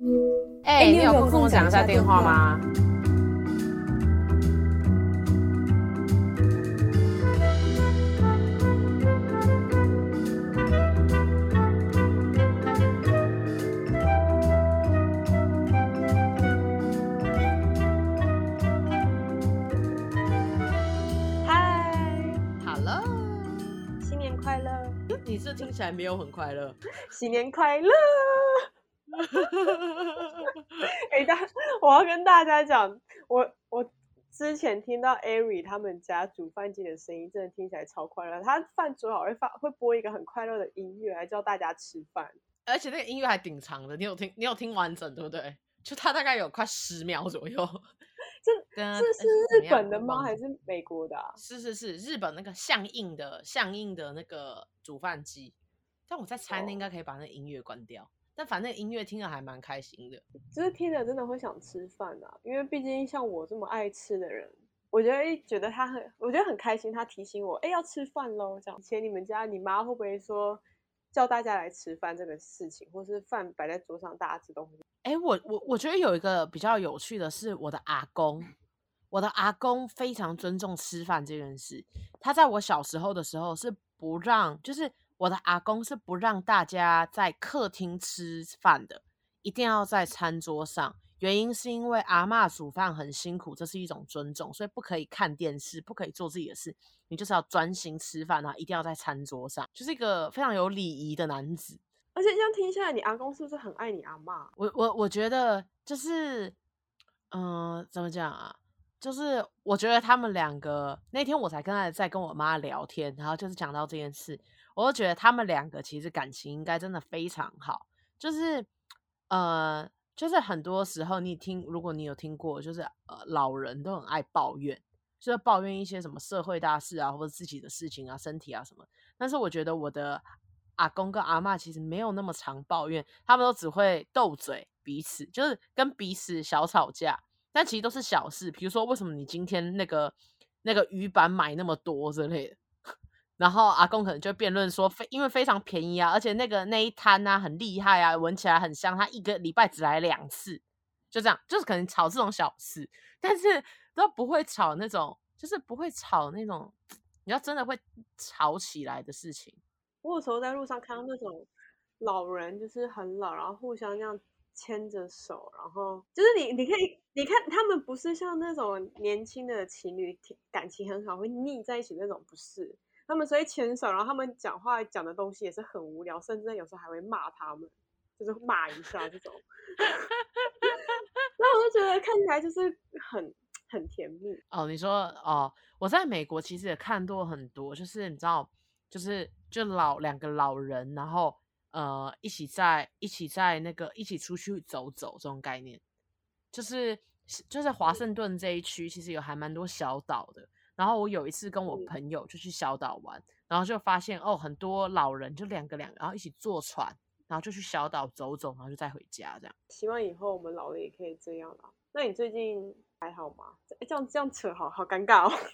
你有空跟我讲一下电话吗？ 嗨 Hello， 新年快乐！ 你这听起来没有很快乐。 新年快乐！我要跟大家讲，我之前听到 Ari 他们家煮饭机的声音，真的听起来超快乐。他饭煮好会播一个很快乐的音乐来叫大家吃饭， 而且那个音乐还挺长的，你有听完整对不对？就它大概有快10秒左右。 是日本的吗？还是美国的啊？ 是日本那个相应的那个煮饭机，但我在猜那应该可以把那个音乐关掉。但反正音乐听了还蛮开心的， 就是听了真的会想吃饭啊，因为毕竟像我这么爱吃的人，我觉得我觉得很开心，他提醒我，要吃饭喽。这样，以前你们家你妈会不会说叫大家来吃饭这个事情，或是饭摆在桌上大家吃东西？ 我觉得有一个比较有趣的是我的阿公非常尊重吃饭这件事。他在我小时候的时候是不让，就是我的阿公是不让大家在客厅吃饭的，一定要在餐桌上。原因是因为阿嬷煮饭很辛苦，这是一种尊重，所以不可以看电视，不可以做自己的事，你就是要专心吃饭，然后一定要在餐桌上，就是一个非常有礼仪的男子。 而且这样听下来，你阿公是不是很爱你阿嬷？ 我觉得就是，怎么讲啊？就是我觉得他们两个那天我才在跟我妈聊天，然后就是讲到这件事，我就觉得他们两个其实感情应该真的非常好。就是就是很多时候如果你有听过，就是老人都很爱抱怨，就是抱怨一些什么社会大事啊，或者自己的事情啊、身体啊什么。但是我觉得我的阿公跟阿嬷其实没有那么常抱怨，他们都只会斗嘴彼此，就是跟彼此小吵架。但其实都是小事，比如说为什么你今天那个鱼板买那么多之类的，然后阿公可能就辩论说，因为非常便宜啊，而且那一摊啊很厉害啊，闻起来很香，他一个礼拜只来2次，就这样，就是可能吵这种小事，但是都不会吵那种，就是不会吵那种，你要真的会吵起来的事情。 我有时候在路上看到那种老人，就是很老，然后互相这样牵着手，然后就是你看他们不是像那种年轻的情侣感情很好会腻在一起那种，不是，他们所以牵手，然后他们讲话讲的东西也是很无聊，甚至有时候还会骂他们，就是骂一下这种。那我就觉得看起来就是很甜蜜。 哦，你说哦，我在美国其实也看过很多，就是你知道，就两个老人，然后一起在那个一起出去走走这种概念，就是华盛顿这一区其实有还蛮多小岛的。然后我有一次跟我朋友就去小岛玩，然后就发现哦，很多老人就两个，然后一起坐船，然后就去小岛走走，然后就再回家这样。 希望以后我们老了也可以这样啦。那你最近还好吗？这样扯好尴尬哦。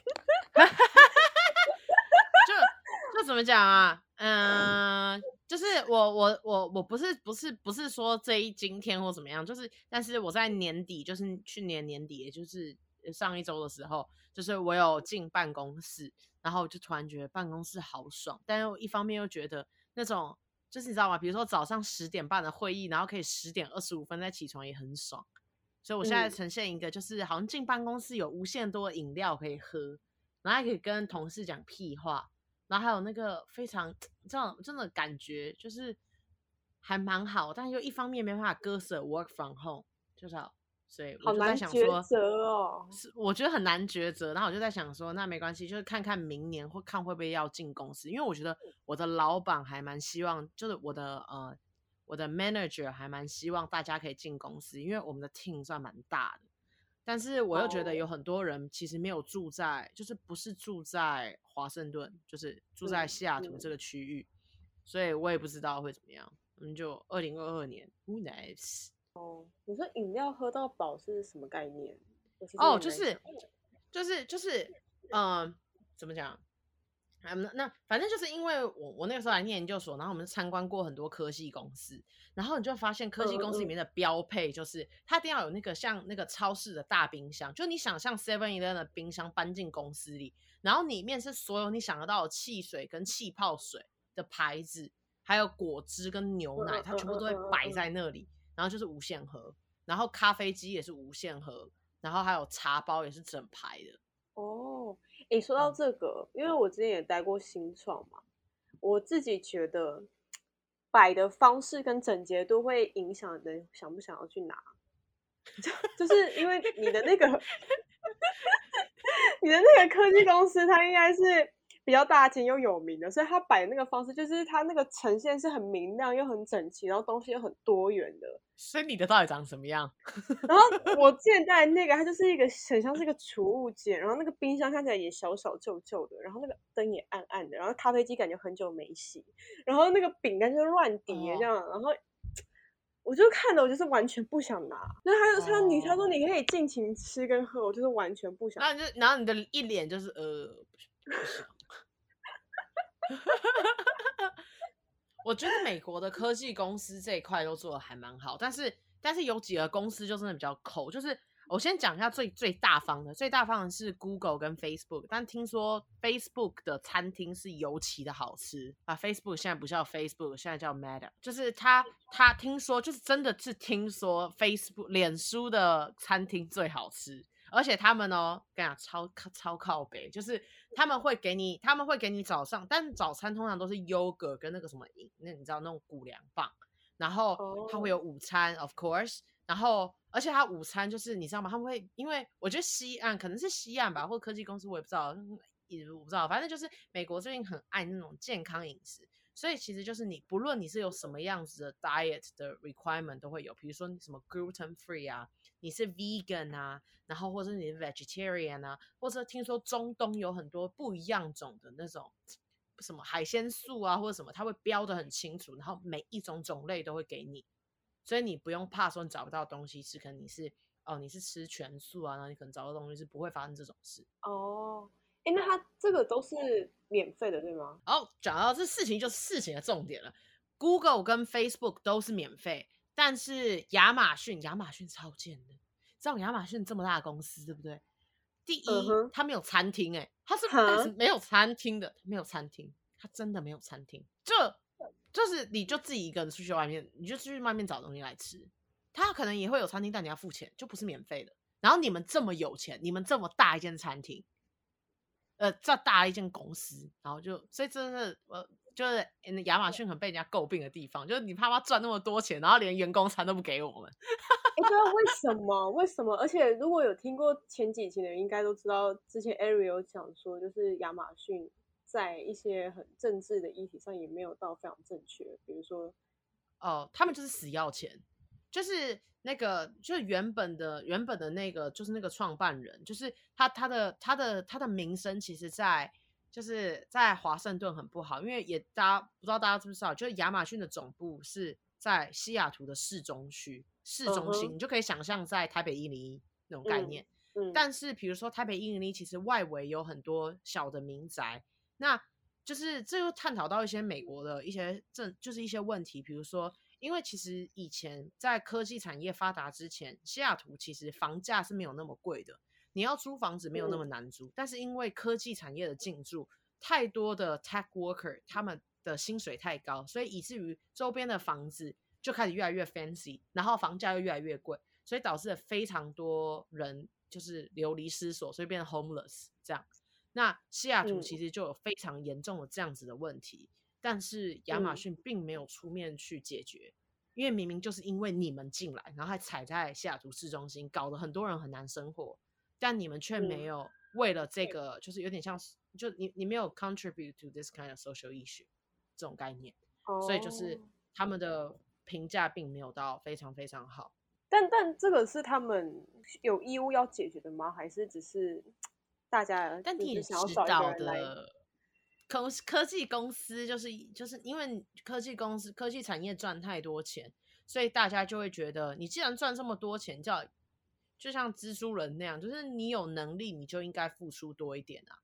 就怎么讲啊？就是我不是说今天或怎么样，就是但是我在年底，就是去年年底，也就是上一周的时候，就是我有进办公室，然后我就突然觉得办公室好爽，但又一方面又觉得那种就是你知道吗？比如说早上10点半的会议，然后可以10点25分再起床也很爽。所以我现在呈现一个就是好像进办公室有无限多的饮料可以喝，然后还可以跟同事讲屁话。然后还有那个非常这种真的感觉就是还蛮好，但又一方面没办法割舍 work from home，就是所以我就在想说， 好难抉择哦。 是我觉得很难抉择。然后我就在想说，那没关系，就是看看明年或看会不会要进公司，因为我觉得我的老板还蛮希望，就是我的 manager 还蛮希望大家可以进公司，因为我们的 team 算蛮大的。但是我又觉得有很多人其实没有住在，就是不是住在华盛顿，就是住在西雅图这个区域，所以我也不知道会怎么样。就2022年 ，Who knows？ 你说饮料喝到饱是什么概念？ 哦，就是，怎么讲？ 那反正就是因为我那个时候来念研究所，然后我们参观过很多科技公司，然后你就会发现科技公司里面的标配就是它一定要有那个像那个超市的大冰箱，就你想象 7-Eleven 的冰箱搬进公司里，然后里面是所有你想得到的汽水跟气泡水的牌子，还有果汁跟牛奶，它全部都会摆在那里，然后就是无限喝，然后咖啡机也是无限喝，然后还有茶包也是整排的。 哦，说到这个，因为我之前也待过新创嘛，我自己觉得摆的方式跟整洁度会影响人想不想要去拿，就是因为你的那个你的那个科技公司，它应该是比较大间又有名的，所以它摆的那个方式，就是它那个呈现是很明亮又很整齐，然后东西又很多元的。 所以你的到底长什么样？ 然后我之前带的那个，它就是一个很像是一个储物间，然后那个冰箱看起来也小小旧旧的，然后那个灯也暗暗的，然后咖啡机感觉很久没洗，然后那个饼干就乱叠这样，然后我就看的我就是完全不想拿。那他说你可以尽情吃跟喝，我就是完全不想。 然后你的一脸就是不想。我觉得美国的科技公司这一块都做的还蛮好，但是有几个公司就真的比较抠，就是我先讲一下最大方的是 Google 跟 Facebook， 但听说 Facebook 的餐厅是尤其的好吃啊。Facebook 现在不叫 Facebook， 现在叫 Meta， 就是他听说就是真的是听说 Facebook 脸书的餐厅最好吃。而且他们跟你讲超靠北，就是他们会给你早上，但早餐通常都是 yogurt 跟那个什么，那你知道那种谷粮棒，然后它会有午餐 of course， 然后而且它午餐就是你知道吗？他们会因为我觉得西岸可能是西岸吧，或科技公司我也不知道，我不知道，反正就是美国最近很爱那种健康饮食。所以其实就是你不论你是有什么样子的 diet 的 requirement 都会有，比如说你什么 gluten free 啊，你是 vegan 啊，然后或者你是 vegetarian 啊，或者听说中东有很多不一样种的那种什么海鲜素啊，或者什么，它会标得很清楚，然后每一种种类都会给你，所以你不用怕说你找不到东西吃，可能你是吃全素啊，然后你可能找到东西是不会发生这种事。 哦，那它这个都是免费的，对吗？ 讲到这事情，就是事情的重点了。Google 跟 Facebook 都是免费，但是亚马逊超贱的。知道亚马逊这么大的公司，对不对？第一，它没有餐厅，它是没有餐厅的，没有餐厅，它真的没有餐厅。就是你就自己一个人出去外面，你就出去外面找东西来吃。它可能也会有餐厅，但你要付钱，就不是免费的。然后你们这么有钱，你们这么大一间餐厅，这大一间公司，然后所以真的是就是亚马逊很被人家诟病的地方，就是你怕赚那么多钱，然后连员工餐都不给我们。 对啊，为什么？为什么？而且如果有听过前几期的人，应该都知道，之前 Ariel 有讲说，就是亚马逊在一些很政治的议题上也没有到非常正确，比如说， 他们就是死要钱，就是那个就是原本的那个就是那个创办人，就是他的名声其实就是在华盛顿很不好，因为大家不知道大家知不知道，就是亚马逊的总部是在西雅图的市中心，你就可以想象在台北101那种概念。但是比如说台北101其实外围有很多小的民宅，那就是这又探讨到一些美国的一些就是一些问题，比如说因为其实以前在科技产业发达之前，西雅图其实房价是没有那么贵的，你要租房子没有那么难租，但是因为科技产业的进驻，太多的 tech worker 他们的薪水太高，所以以至于周边的房子就开始越来越 fancy， 然后房价又越来越贵，所以导致了非常多人就是流离失所，所以变成 homeless 这样。那西雅图其实就有非常严重的这样子的问题，但是亚马逊并没有出面去解决，因为明明就是因为你们进来，然后还踩在西雅图市中心，搞得很多人很难生活，但你们却没有为了这个，就是有点像是就你没有 contribute to this kind of social issue 这种概念，所以就是他们的评价并没有到非常非常好。 但这个是他们有义务要解决的吗？还是只是大家就是想要找一个人来？ 科技公司就是因为科技产业赚太多钱，所以大家就会觉得，你既然赚这么多钱，就像蜘蛛人那样，就是你有能力你就应该付出多一点啊，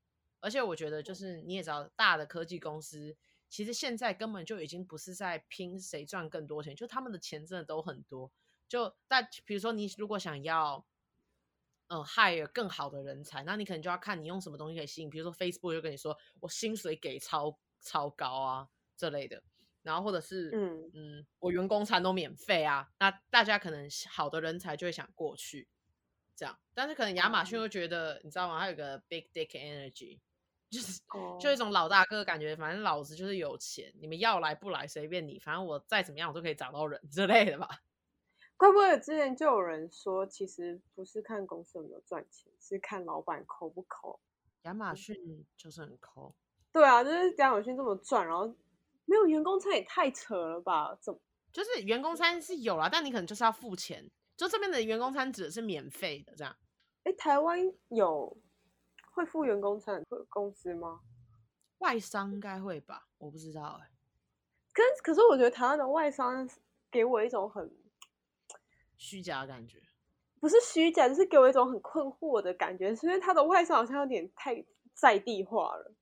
而且我觉得就是你也知道，大的科技公司其实现在根本就已经不是在拼谁赚更多钱，就他们的钱真的都很多。但比如说你如果想要hire 更好的人才，那你可能就要看你用什么东西可以吸引。比如说 Facebook 就跟你说我薪水给超高啊这类的，然后或者是我员工餐都免费啊，那大家可能好的人才就会想过去这样。但是可能亚马逊会觉得，你知道吗？它有个 big dick energy， 就一种老大哥的感觉，反正老子就是有钱，你们要来不来随便你，反正我再怎么样我都可以找到人之类的吧。 会不会之前就有人说，其实不是看公司有没有赚钱，是看老板抠不抠？ 亚马逊就是很抠。 对啊，就是亚马逊这么赚，然后没有员工餐也太扯了吧？怎么？ 就是员工餐是有啦，但你可能就是要付钱。就这边的员工餐指的是免费的这样。 台湾有会付员工餐的公司吗？ 外商应该会吧，我不知道可是我觉得台湾的外商给我一种很虚假的感觉， 不是虚假，就是给我一种很困惑的感觉，是因为他的外商好像有点太在地化了。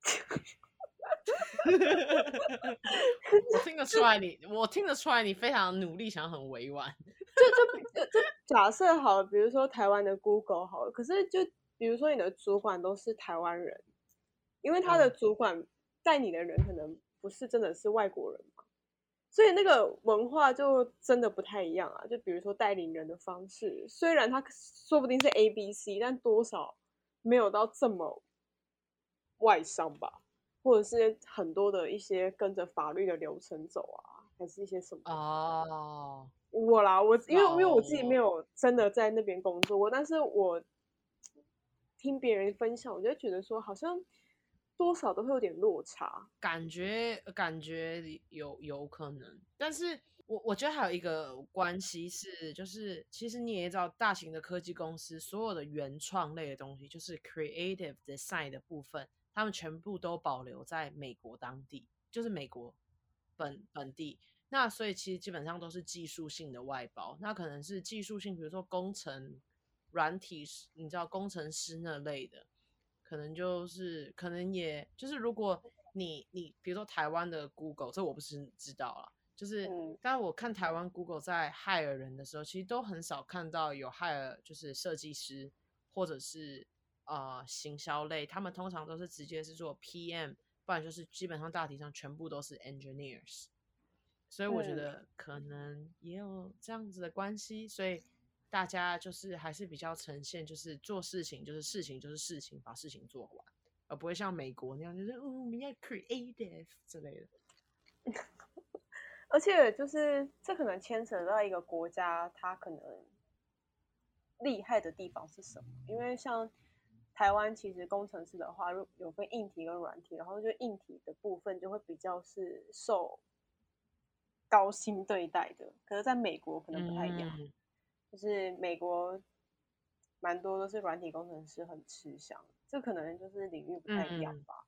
我听得出来你非常努力，想要很委婉。 就假设好了，比如说台湾的 Google 好了，可是就比如说你的主管都是台湾人，因为他的主管带你的人可能不是真的是外国人嘛，所以那个文化就真的不太一样啊。就比如说带领人的方式，虽然他说不定是 ABC， 但多少没有到这么外商吧，或者是很多的一些跟着法律的流程走啊，还是一些什么哦。 因为我自己没有真的在那边工作过，但是我听别人分享，我就觉得说好像多少都会有点落差， 感觉有可能，但是我觉得还有一个关系是，就是其实你也知道，大型的科技公司所有的原创类的东西，就是 creative design 的部分，他们全部都保留在美国当地，就是美国本地。那所以其实基本上都是技术性的外包，那可能是技术性，比如说工程、软体，你知道工程师那类的，可能也就是如果你比如说台湾的 Google， 这我不是知道啦，就是但我看台湾 Google 在 hire 人的时候，其实都很少看到有 hire 就是设计师或者是行销类，他们通常都是直接是做 PM， 不然就是基本上大体上全部都是 engineers。所以我觉得可能也有这样子的关系，所以大家就是还是比较呈现，就是做事情就是事情就是事情，把事情做完，而不会像美国那样就是我们要 creative 之类的。 而且就是这可能牵扯到一个国家，它可能厉害的地方是什么？因为像台湾其实工程师的话，有分硬体跟软体，然后就硬体的部分就会比较是受高薪对待的，可是在美国可能不太一样，就是美国蛮多都是软体工程师很吃香，这可能就是领域不太一样吧。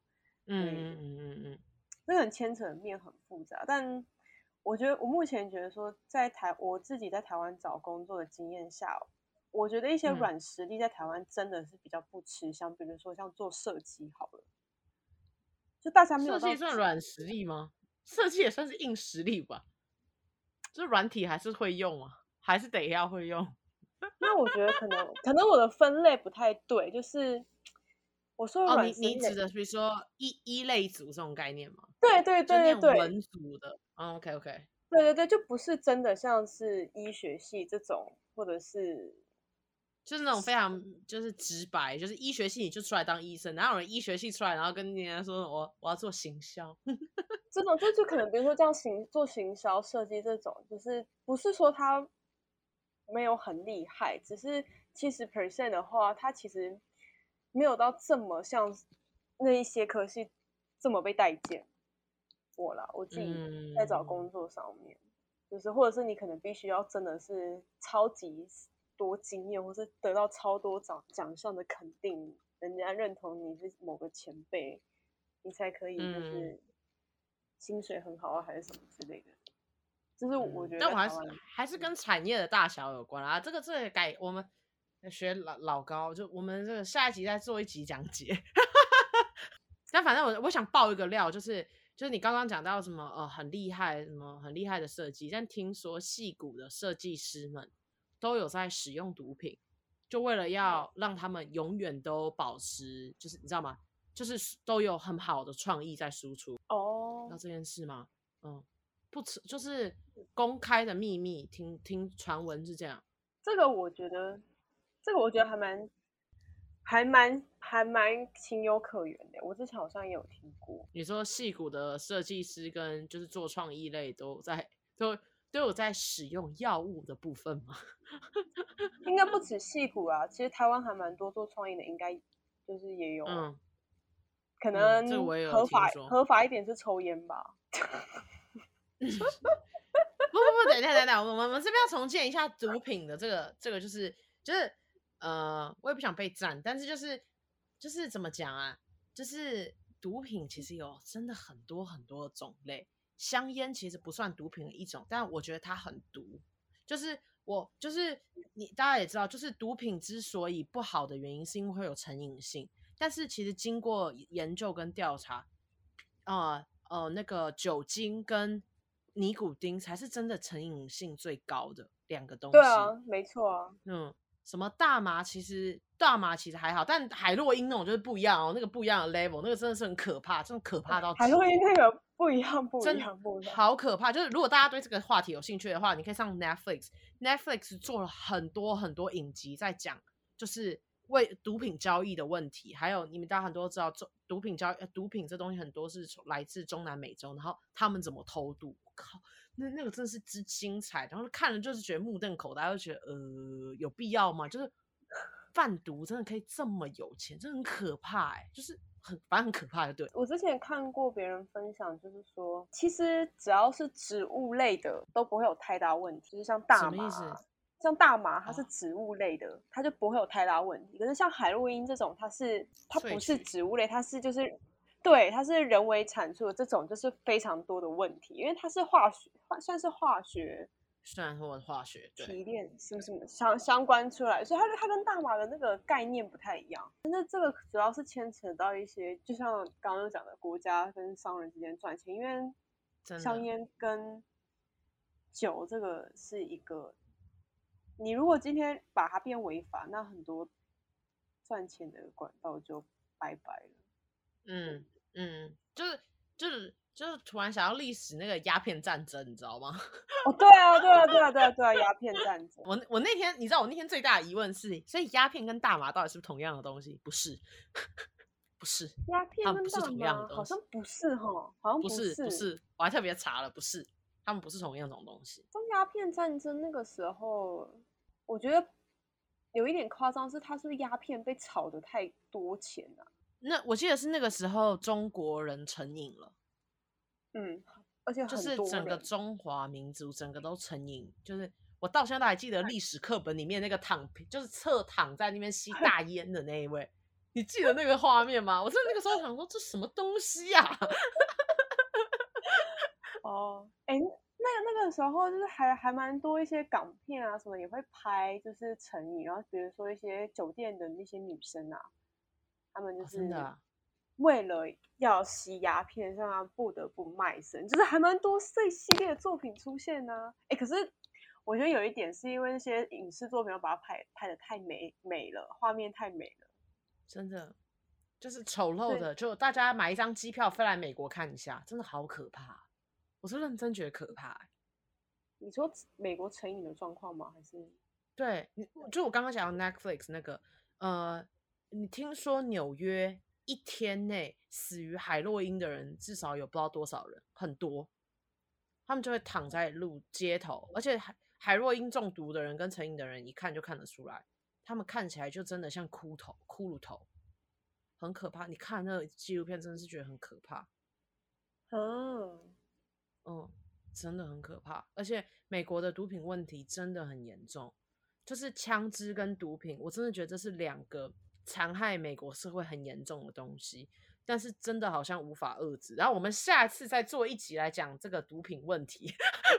这个牵扯的面很复杂，但我觉得我目前觉得说，我自己在台湾找工作的经验下，我觉得一些软实力在台湾真的是比较不吃香，比如说像做设计好了，就大家没有设计算软实力吗？设计也算是硬实力吧，就是软体还是会用啊，还是得要会用。 那我觉得可能我的分类不太对，就是我说的软实力你指的比如说一类组这种概念吗？ 对对对对对， 文组的，OK， 对对对，就不是真的像是医学系这种，或者是就是那种非常就是直白，就是医学系你就出来当医生，哪有人医学系出来然后跟人家说我要做行销？ 这种就可能比如说这样做行销设计这种，就是不是说他没有很厉害，只是70% 的话，他其实没有到这么像那一些科系这么被待见。我自己在找工作上面，就是或者是你可能必须要真的是超级多经验，或是得到超多奖项的肯定，人家认同你是某个前辈，你才可以就是薪水很好啊，还是什么之类的。就是我觉得， 但我还是跟产业的大小有关啊。这个我们学老高，就我们这个下一集再做一集讲解。 但反正我想爆一个料，就是你刚刚讲到什么很厉害什么很厉害的设计，但听说矽谷的设计师们都有在使用毒品，就为了要让他们永远都保持，就是你知道吗？就是都有很好的创意在输出。知道这件事吗？不就是公开的秘密，听传闻是这样。 这个我觉得还蛮情有可原的。我之前好像也有听过。 你说矽谷的设计师跟就是做创意类都有在使用药物的部分吗？ 应该不止矽谷啊，其实台湾还蛮多做创意的，应该就是也有。可能这个我也有合法一点是抽烟吧。 不，等一下，我们这边要重建一下毒品的这个就是我也不想被赞，但是就是怎么讲啊？就是毒品其实有真的很多很多的种类，香烟其实不算毒品的一种，但我觉得它很毒。就是大家也知道，就是毒品之所以不好的原因，是因为会有成瘾性。但是其实经过研究跟调查，那个酒精跟尼古丁才是真的成瘾性最高的两个东西。 对啊，没错啊。 什么大麻其实还好，但海洛因那种就是不一样哦，那个不一样的 level， 那个真的是很可怕，真的可怕到海洛因那个不一样， 好可怕。就是如果大家对这个话题有兴趣的话，你可以上 Netflix 做了很多很多影集在讲，就是为毒品交易的问题，还有你们大家很多都知道，毒品这东西很多是来自中南美洲，然后他们怎么偷渡，靠，那个真的是之精彩，然后看了就是觉得目瞪口呆，就觉得有必要吗？就是贩毒真的可以这么有钱，真的很可怕就是反正很可怕的。对， 我之前看过别人分享，就是说其实只要是植物类的都不会有太大问题，就是像大麻，它是植物类的，它就不会有太大问题。可是像海洛因这种，它不是植物类，它是人为产出的，这种就是非常多的问题，因为它是算是化学提炼什么相关出来，所以它跟大麻的那个概念不太一样。但是这个主要是牵扯到一些，就像刚刚讲的国家跟商人之间赚钱，因为香烟跟酒这个是一个，你如果今天把它变违法，那很多赚钱的管道就拜拜了。 就是突然想要历史那个鸦片战争，你知道吗？ 对啊，鸦片战争。 我那天你知道我那天最大的疑问是，所以鸦片跟大麻到底是不是同样的东西？不是，不是， 鸦片跟大麻好像不是齁，好像不是，我还特别查了，不是，他们不是同样种东西。 中鸦片战争那个时候，我觉得有一点夸张，是它是不是鸦片被炒得太多钱啊？ 那我记得是那个时候中国人成瘾了， 而且就是整个中华民族整个都成瘾，就是我到现在都还记得历史课本里面那个就是侧躺在那边吸大烟的那一位，你记得那个画面吗？我真的那个时候想说这什么东西啊？ 那个时候就是还蛮多一些港片啊什么也会拍，就是成瘾，然后比如说一些酒店的那些女生啊，他们就是为了要吸鸦片，让他不得不卖身，就是还蛮多这一系列的作品出现啊。可是我觉得有一点是因为那些影视作品要把它拍得太美了，画面太美了， 真的就是丑陋的，就大家买一张机票飞来美国看一下，真的好可怕。我是认真觉得可怕。 你说美国成瘾的状况吗？还是对，就我刚刚讲的 Netflix 那个，你听说纽约一天内死于海洛因的人至少有不知道多少人，很多，他们就会躺在街头，而且海洛因中毒的人跟成瘾的人一看就看得出来，他们看起来就真的像骷髅头，很可怕。你看那个纪录片真的是觉得很可怕。真的很可怕，而且美国的毒品问题真的很严重，就是枪支跟毒品，我真的觉得这是两个残害美国社会很严重的东西，但是真的好像无法遏制。然后我们下一次再做一集来讲这个毒品问题。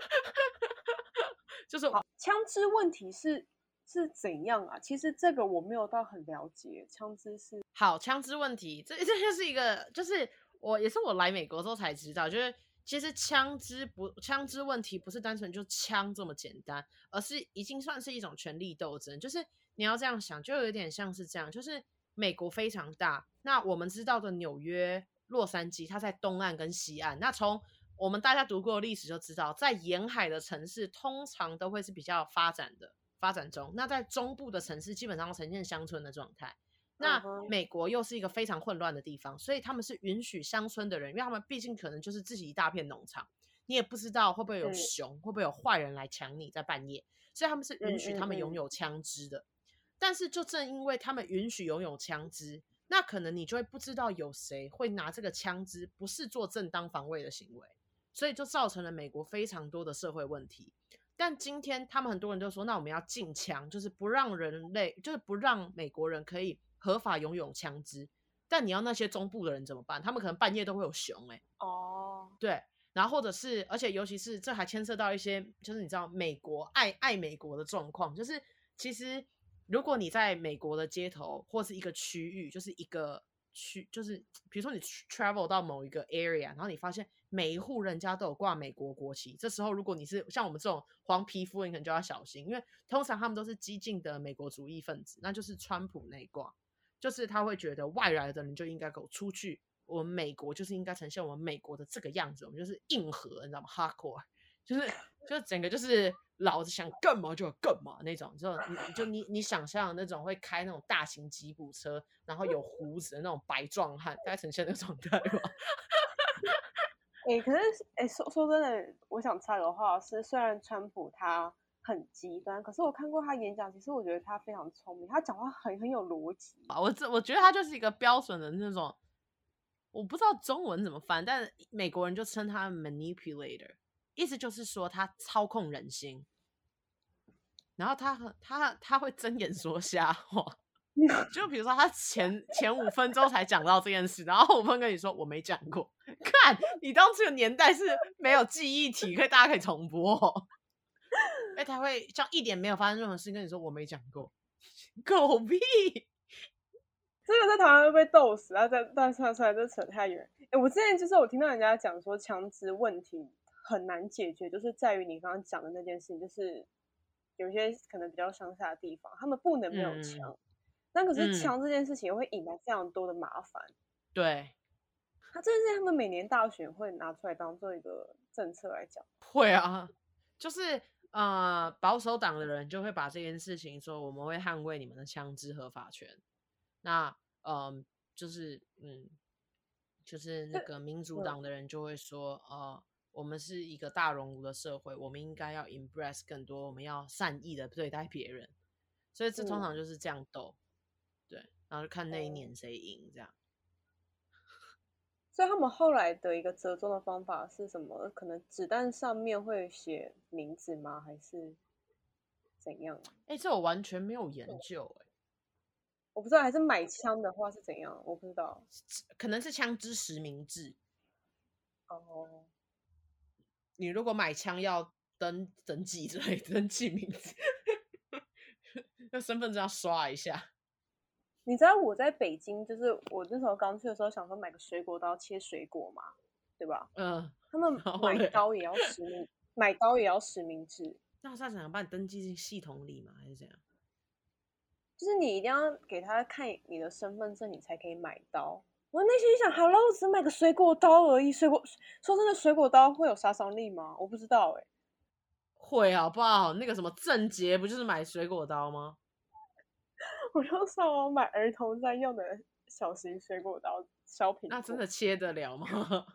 就是枪支问题是怎样啊？其实这个我没有到很了解，枪支是好，枪支问题，这就是一个，就是也是我来美国之后才知道，就是其实枪支问题不是单纯就枪这么简单，而是已经算是一种权力斗争。就是你要这样想，就有点像是这样，就是美国非常大，那我们知道的纽约、洛杉矶，它在东岸跟西岸。那从我们大家读过的历史就知道，在沿海的城市通常都会是比较发展中，那在中部的城市基本上呈现乡村的状态。那美国又是一个非常混乱的地方，所以他们是允许乡村的人，因为他们毕竟可能就是自己一大片农场，你也不知道会不会有熊，会不会有坏人来抢你在半夜，所以他们是允许他们拥有枪支的。但是就正因为他们允许拥有枪支，那可能你就会不知道有谁会拿这个枪支不是做正当防卫的行为，所以就造成了美国非常多的社会问题。但今天他们很多人就说，那我们要禁枪，就是不让美国人可以合法拥有枪支。但你要那些中部的人怎么办？他们可能半夜都会有熊对，然后或者是，而且尤其是这还牵涉到一些，就是你知道美国爱美国的状况，就是其实如果你在美国的街头或是一个区域，就是一个就是比如说你 travel 到某一个 area， 然后你发现每一户人家都有挂美国国旗，这时候如果你是像我们这种黄皮肤，你可能就要小心，因为通常他们都是激进的美国主义分子，那就是川普那一挂，就是他会觉得外来的人就应该给我出去，我们美国就是应该呈现我们美国的这个样子，我们就是硬核，你知道吗 ？Hardcore， 就是整个就是老子想干嘛就干嘛那种，你想象那种会开那种大型吉普车，然后有胡子的那种白壮汉，大概呈现那个状态吧。 可是说真的，我想插个话是，虽然川普他很极端，可是我看过他演讲，其实我觉得他非常聪明，他讲话很有逻辑。 我觉得他就是一个标准的那种，我不知道中文怎么翻，但美国人就称他 manipulator， 意思就是说他操控人心，然后他会睁眼说瞎话。就比如说他前5分钟才讲到这件事，然后5分跟你说我没讲过，看你当这个年代是没有记忆体，大家可以重播他会像一点没有发生任何事跟你说我没讲过，狗屁！ 这个在台湾会被斗死啊！但算了，这扯太远。我之前就是我听到人家讲说枪支问题很难解决，就是在于你刚刚讲的那件事情，就是有些可能比较乡下的地方，他们不能没有枪。但可是枪这件事情会引来非常多的麻烦。 对， 这件事他们每年大选会拿出来当做一个政策来讲。 会啊，就是保守党的人就会把这件事情说我们会捍卫你们的枪支合法权。那就是就是那个民主党的人就会说我们是一个大熔炉的社会，我们应该要 embrace 更多，我们要善意的对待别人。所以这通常就是这样斗。对，然后就看那一年谁赢这样。 所以他们后来的一个折中的方法是什么？可能子弹上面会写名字吗？还是怎样？ 这我完全没有研究我不知道，还是买枪的话是怎样？我不知道， 可能是枪支实名制。你如果买枪要登记之类，登记名字，那身份证要刷一下。 你知道我在北京，就是我那时候刚去的时候，想说买个水果刀切水果嘛，对吧？他们买刀也要实名，买刀也要实名制。 那他想把你登记进系统里吗？还是怎样？ 就是你一定要给他看你的身份证，你才可以买刀。我内心想，好了，我只买个水果刀而已。说真的，水果刀会有杀伤力吗？我不知道会好不好？那个什么郑捷不就是买水果刀吗？ 我就上网买儿童在用的小型水果刀，小品。 那真的切得了吗？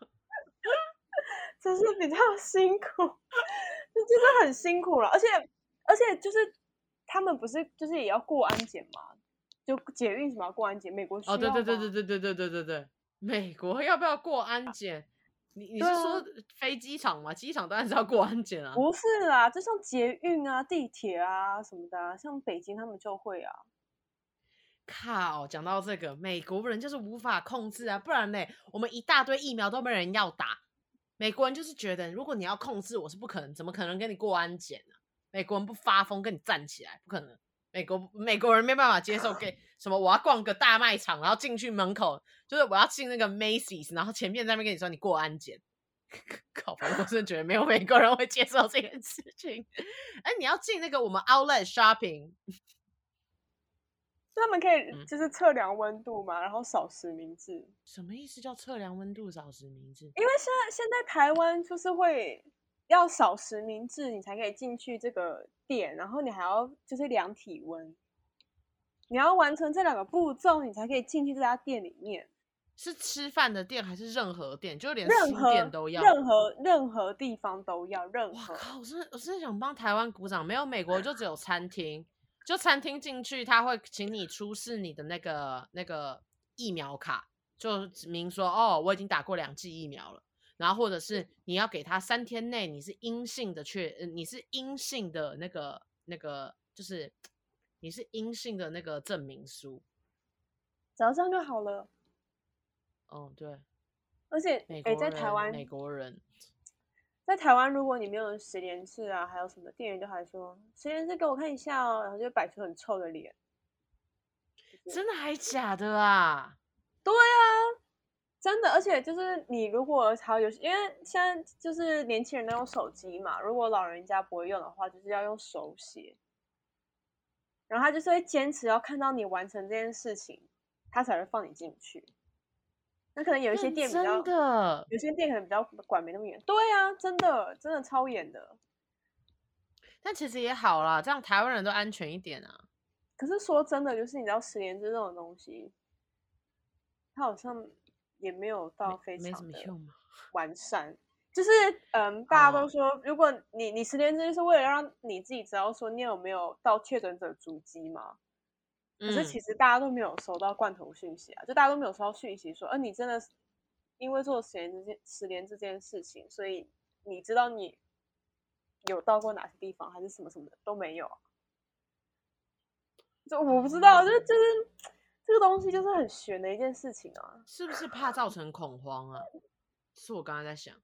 真是比较辛苦，就真的很辛苦了。而且就是他们不是就是也要过安检吗？就捷运什么要过安检？美国需要吗？ 对，美国要不要过安检？你是说飞机场吗？机场当然是要过安检啊。 不是啦，就像捷运啊、地铁啊什么的啊，像北京他们就会啊。 靠，讲到这个，美国人就是无法控制啊，不然呢，我们一大堆疫苗都没人要打。美国人就是觉得，如果你要控制我是不可能，怎么可能跟你过安检呢？美国人不发疯跟你站起来，不可能。 美国人没办法接受给什么我要逛个大卖场，然后进去门口就是我要进那个 Macy's， 然后前面在那边跟你说你过安检。靠，反正我真的觉得没有美国人会接受这件事情。你要进那个我们 Outlet Shopping， 他们可以就是测量温度嘛，然后扫实名制。 什么意思叫测量温度扫实名制？ 因为现在台湾就是会要扫实名制，你才可以进去这个店，然后你还要就是量体温，你要完成这2个步骤，你才可以进去这家店里面。 是吃饭的店还是任何店？就连新任何店都要， 任何地方都要，任何。 哇靠！我真的想帮台湾鼓掌。没有美国就只有餐厅，就餐厅进去他会请你出示你的那个疫苗卡，就指明说哦我已经打过2剂疫苗了，然后或者是你要给他3天内你是阴性的你是阴性的那个就是你是阴性的那个证明书， 只要这样就好了。 哦对， 而且在台湾， 美国人在台湾，如果你没有实联制啊，还有什么店员就还说实联制给我看一下哦，然后就摆出很臭的脸。 真的还假的啊？ 对啊，真的，而且就是你如果因为现在就是年轻人都用手机嘛，如果老人家不会用的话，就是要用手写。然后他就是会坚持要看到你完成这件事情，他才会放你进去。那可能有一些店比较， 真的， 有些店可能比较管没那么严。对啊，真的超严的。 但其实也好啦，这样台湾人都安全一点啊。 可是说真的，就是你知道实联制这种东西，它好像也没有到非常的完善。就是大家都说，如果你实联制就是为了让你自己知道说你有没有到确诊者足迹嘛。可是其实大家都没有收到罐头讯息啊，就大家都没有收到讯息说，你真的因为做实联制这件事情，所以你知道你有到过哪些地方，还是什么什么的都没有啊。就我不知道，就是这个东西就是很悬的一件事情啊。 是不是怕造成恐慌啊？是我刚才在想，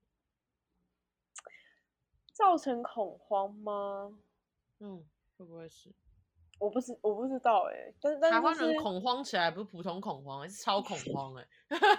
造成恐慌吗？ 会不会是？ 我不知道哎、但台湾人恐慌起来不是普通恐慌，是超恐慌哎、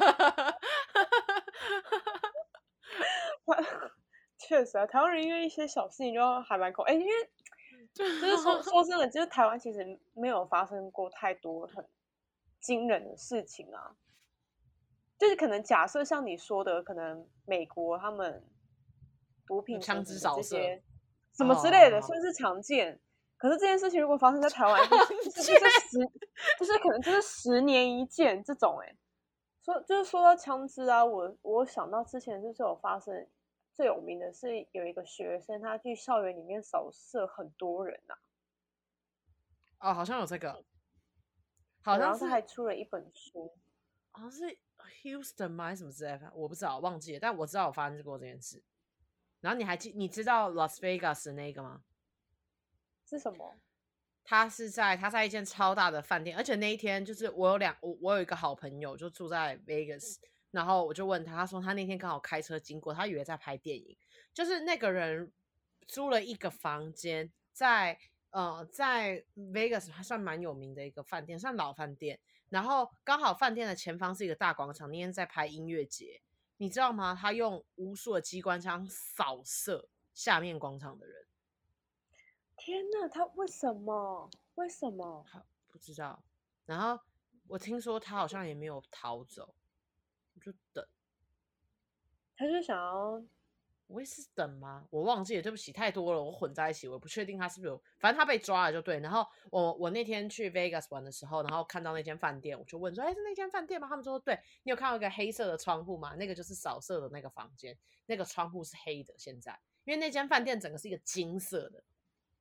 确实啊，台湾人因为一些小事情就还蛮因为就是说真的，就是台湾其实没有发生过太多很惊人的事情啊。就是可能假设像你说的，可能美国他们毒品枪支扫射什么之类的，甚至常见。可是这件事情如果发生在台湾，就是可能就是10年一见这种说到枪支啊，我想到之前就是有发生最有名的是有一个学生他去校园里面扫射很多人啊。 哦，好像有这个，好像是， 然后他还出了一本书， 好像是 Houston 吗？还是什么之类的，我不知道，忘记了。但我知道我发生过这件事。然后你知道 Las Vegas 的那个吗？ 是什么？ 他在一间超大的饭店，而且那一天就是我有一个好朋友就住在 Vegas，然后我就问他，他说他那天刚好开车经过，他以为在拍电影，就是那个人租了一个房间在 Vegas 还算蛮有名的一个饭店，算老饭店，然后刚好饭店的前方是一个大广场，那天在拍音乐节，你知道吗？他用无数的机关枪扫射下面广场的人。 天哪，他为什么？ 不知道。然后我听说他好像也没有逃走，我就等。 他就想要， 我也是等吗？我忘记了，对不起，太多了，我混在一起，我不确定他是不是有，反正他被抓了就对。然后我那天去 Vegas 玩的时候，然后看到那间饭店，我就问说：“是那间饭店吗？”他们说：“对。”你有看到一个黑色的窗户吗？那个就是扫射的那个房间，那个窗户是黑的。现在，因为那间饭店整个是一个金色的。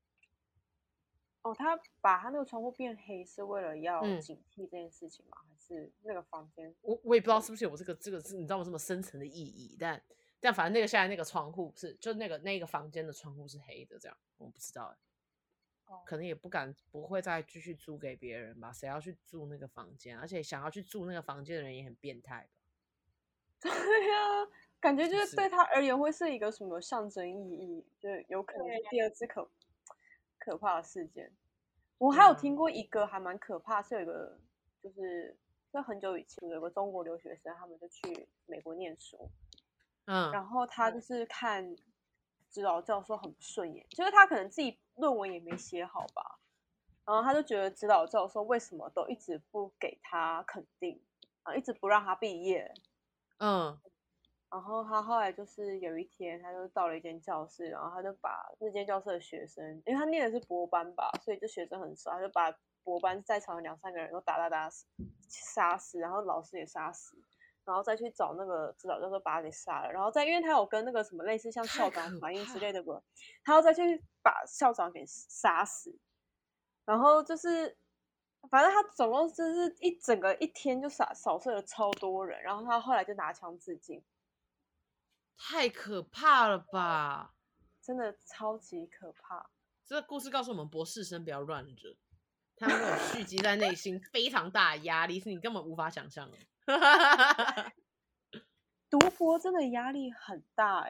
他把他那个窗户变黑是为了要警惕这件事情吗？还是那个房间？ 我也不知道是不是有这个是你知道有这么深层的意义，但反正那个现在那个窗户是就那个房间的窗户是黑的，这样我不知道可能也不会再继续租给别人吧？谁要去住那个房间？而且想要去住那个房间的人也很变态吧？ 对呀、感觉就是对他而言会是一个什么象征意义，就有可能是第二次可怕的事件。 我还有听过一个还蛮可怕，是有一个就是在很久以前有个中国留学生，他们就去美国念书，然后他就是看指导教授很不顺眼，就是他可能自己论文也没写好吧，然后他就觉得指导教授为什么都一直不给他肯定啊，一直不让他毕业。然后他后来就是有一天，他就到了一间教室，然后他就把那间教室的学生，因为他念的是博班吧，所以就学生很少，他就把博班在场的2、3个人都打杀死，然后老师也杀死，然后再去找那个指导教授把他给杀了，然后再因为他有跟那个什么类似像校长反映之类的吧，他要再去把校长给杀死，然后就是反正他总共就是一整个一天就扫射了超多人，然后他后来就拿枪自尽。 太可怕了吧！ 真的超级可怕。 这个故事告诉我们，博士生不要乱惹，他们会有蓄积在内心非常大的压力，是你根本无法想象的。 读博真的压力很大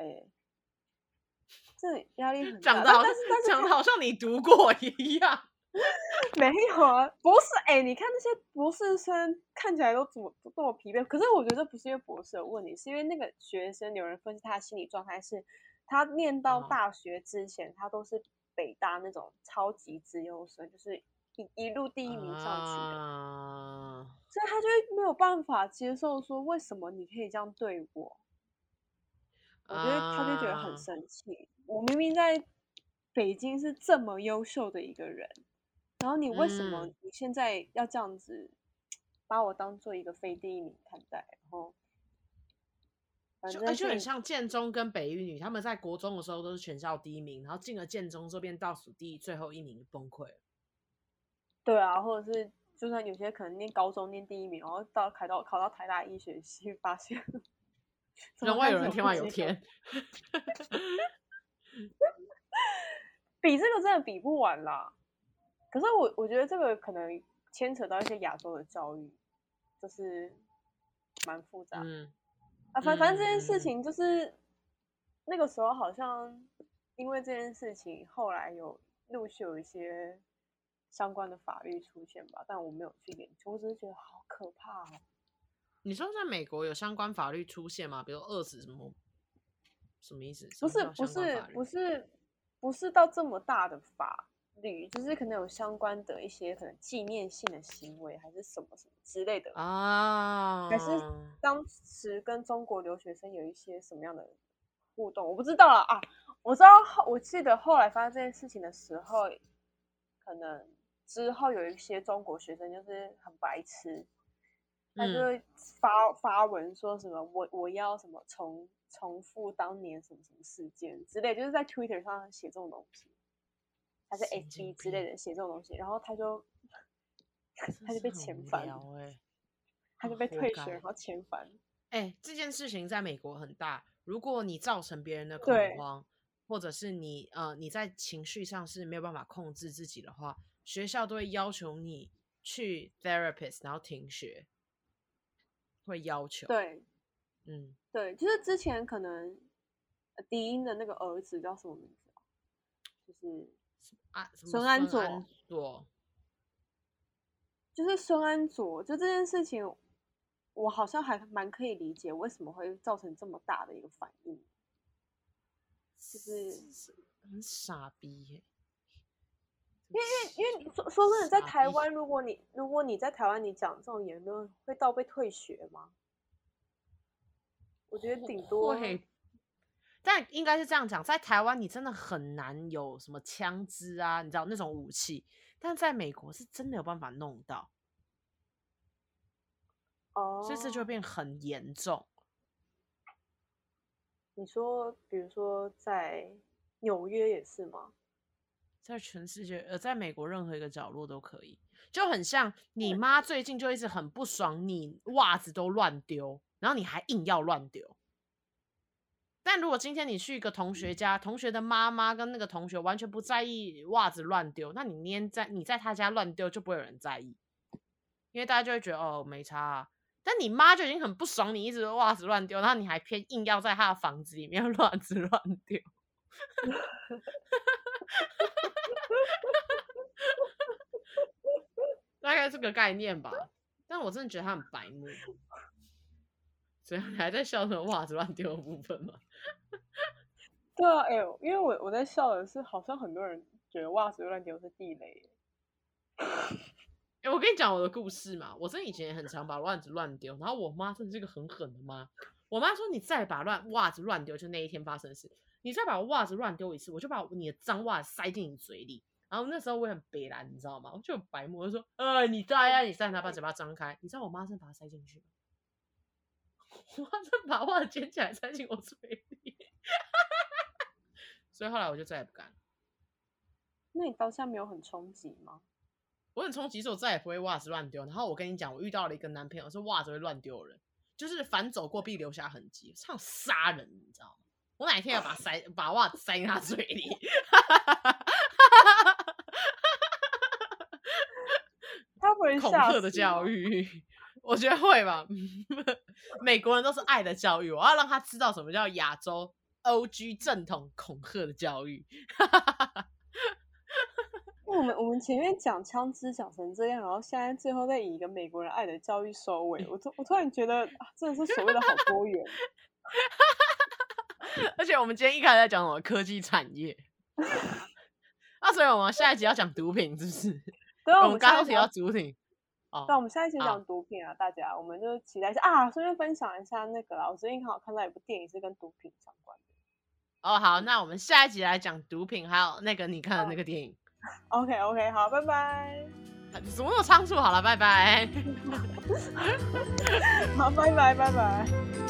这压力很大。 讲的好像你读过一样。 没有啊，博士你看那些博士生看起来都这么疲惫，可是我觉得不是因为博士的问题，是因为那个学生有人分析他的心理状态是，他念到大学之前，他都是北大那种超级资优生，就是一路第一名上去的，所以他就没有办法接受说为什么你可以这样对我。我觉得他就觉得很生气，我明明在北京是这么优秀的一个人，然后你为什么你现在要这样子把我当做一个非第一名看待？然后就很像建中跟北一女，他们在国中的时候都是全校第一名，然后进了建中就变倒数最后1名崩溃了。 对啊，或者是就算有些可能念高中念第一名，然后考到台大医学系，发现人外有人，天外有天。 比这个真的比不完啦。可是我觉得这个可能牵扯到一些亚洲的教育，就是蛮复杂。反正这件事情就是那个时候好像因为这件事情，后来陆续有一些相关的法律出现吧，但我没有去研究，我只是觉得好可怕哦。 你说在美国有相关法律出现吗？比如遏制什么？什么意思？ 不是到这么大的法律，就是可能有相关的一些可能纪念性的行为，还是什么什么之类的还是当时跟中国留学生有一些什么样的互动，我不知道了啊。我记得后来发生这件事情的时候，可能之后有一些中国学生就是很白痴，他就会发文说什么我要什么重复当年什么什么事件之类，就是在 Twitter 上写这种东西，还是 FB 之类的写这种东西，然后他就被遣返他就被退学，然后遣返。 这件事情在美国很大，如果你造成别人的恐慌，或者是你在情绪上是没有办法控制自己的话，学校都会要求你去 therapist， 然后停学，会要求。 对，对，就是之前可能迪英的那个儿子叫什么名字？就是孙安佐，就是孙安佐，就这件事情，我好像还蛮可以理解为什么会造成这么大的一个反应，就是很傻逼耶。 因为说真的，在台湾，如果你在台湾你讲这种言论，会到被退学吗？我觉得顶多会，但应该是这样讲，在台湾你真的很难有什么枪支啊，你知道那种武器，但在美国是真的有办法弄到，所以这就会变很严重。 你说，比如说在纽约也是吗？ 在全世界，在美国任何一个角落都可以，就很像你妈最近就一直很不爽你袜子都乱丢，然后你还硬要乱丢。但如果今天你去一个同学家，同学的妈妈跟那个同学完全不在意袜子乱丢，那你在他家乱丢就不会有人在意，因为大家就会觉得没差啊。但你妈就已经很不爽你一直袜子乱丢，然后你还偏硬要在他的房子里面袜子乱丢。 大概这个概念吧。但我真的觉得他很白目。所以你还在笑什么袜子乱丢的部分吗？ 对啊，因为我在笑的是，好像很多人觉得袜子乱丢是地雷。 我跟你讲我的故事嘛，我真的以前也很常把袜子乱丢，然后我妈真的是个很狠的妈。我妈说你再把袜子乱丢，就那一天发生的事，你再把袜子乱丢一次，我就把你的脏袜子塞进你嘴里。然后那时候我也很北蓝，你知道吗？我就很白目，我就说，你再呀，你再，把嘴巴张开。你知道我妈真的把它塞进去吗？我妈真的把袜子捡起来塞进我嘴里。所以后来我就再也不敢了。 那你当下没有很冲击吗？ 我很冲击，是我再也不会袜子乱丢。然后我跟你讲，我遇到了一个男朋友是袜子会乱丢的人，就是反走过必留下痕迹，像杀人，你知道吗？我哪一天要把袜子塞进他嘴里？ 他会恐吓的教育，我觉得会吧。美国人都是爱的教育，我要让他知道什么叫亚洲 OG 正统恐吓的教育。 我们前面讲枪支讲成这样，然后现在最后再以一个美国人爱的教育收尾，我突然觉得真的是所谓的好多元。 而且我们今天一开始在讲什么科技产业，所以我们下一集要讲毒品，是不是？ 对啊， 我们刚刚提到毒品。 对，我们下一期讲毒品啊，大家我们就期待一下啊！顺便分享一下那个啦，我最近刚好看到一部电影是跟毒品相关的。 好，那我们下一集来讲毒品，还有那个你看的那个电影。 OK， 好，拜拜。 怎么那么仓促？好了，拜拜。 好，拜拜。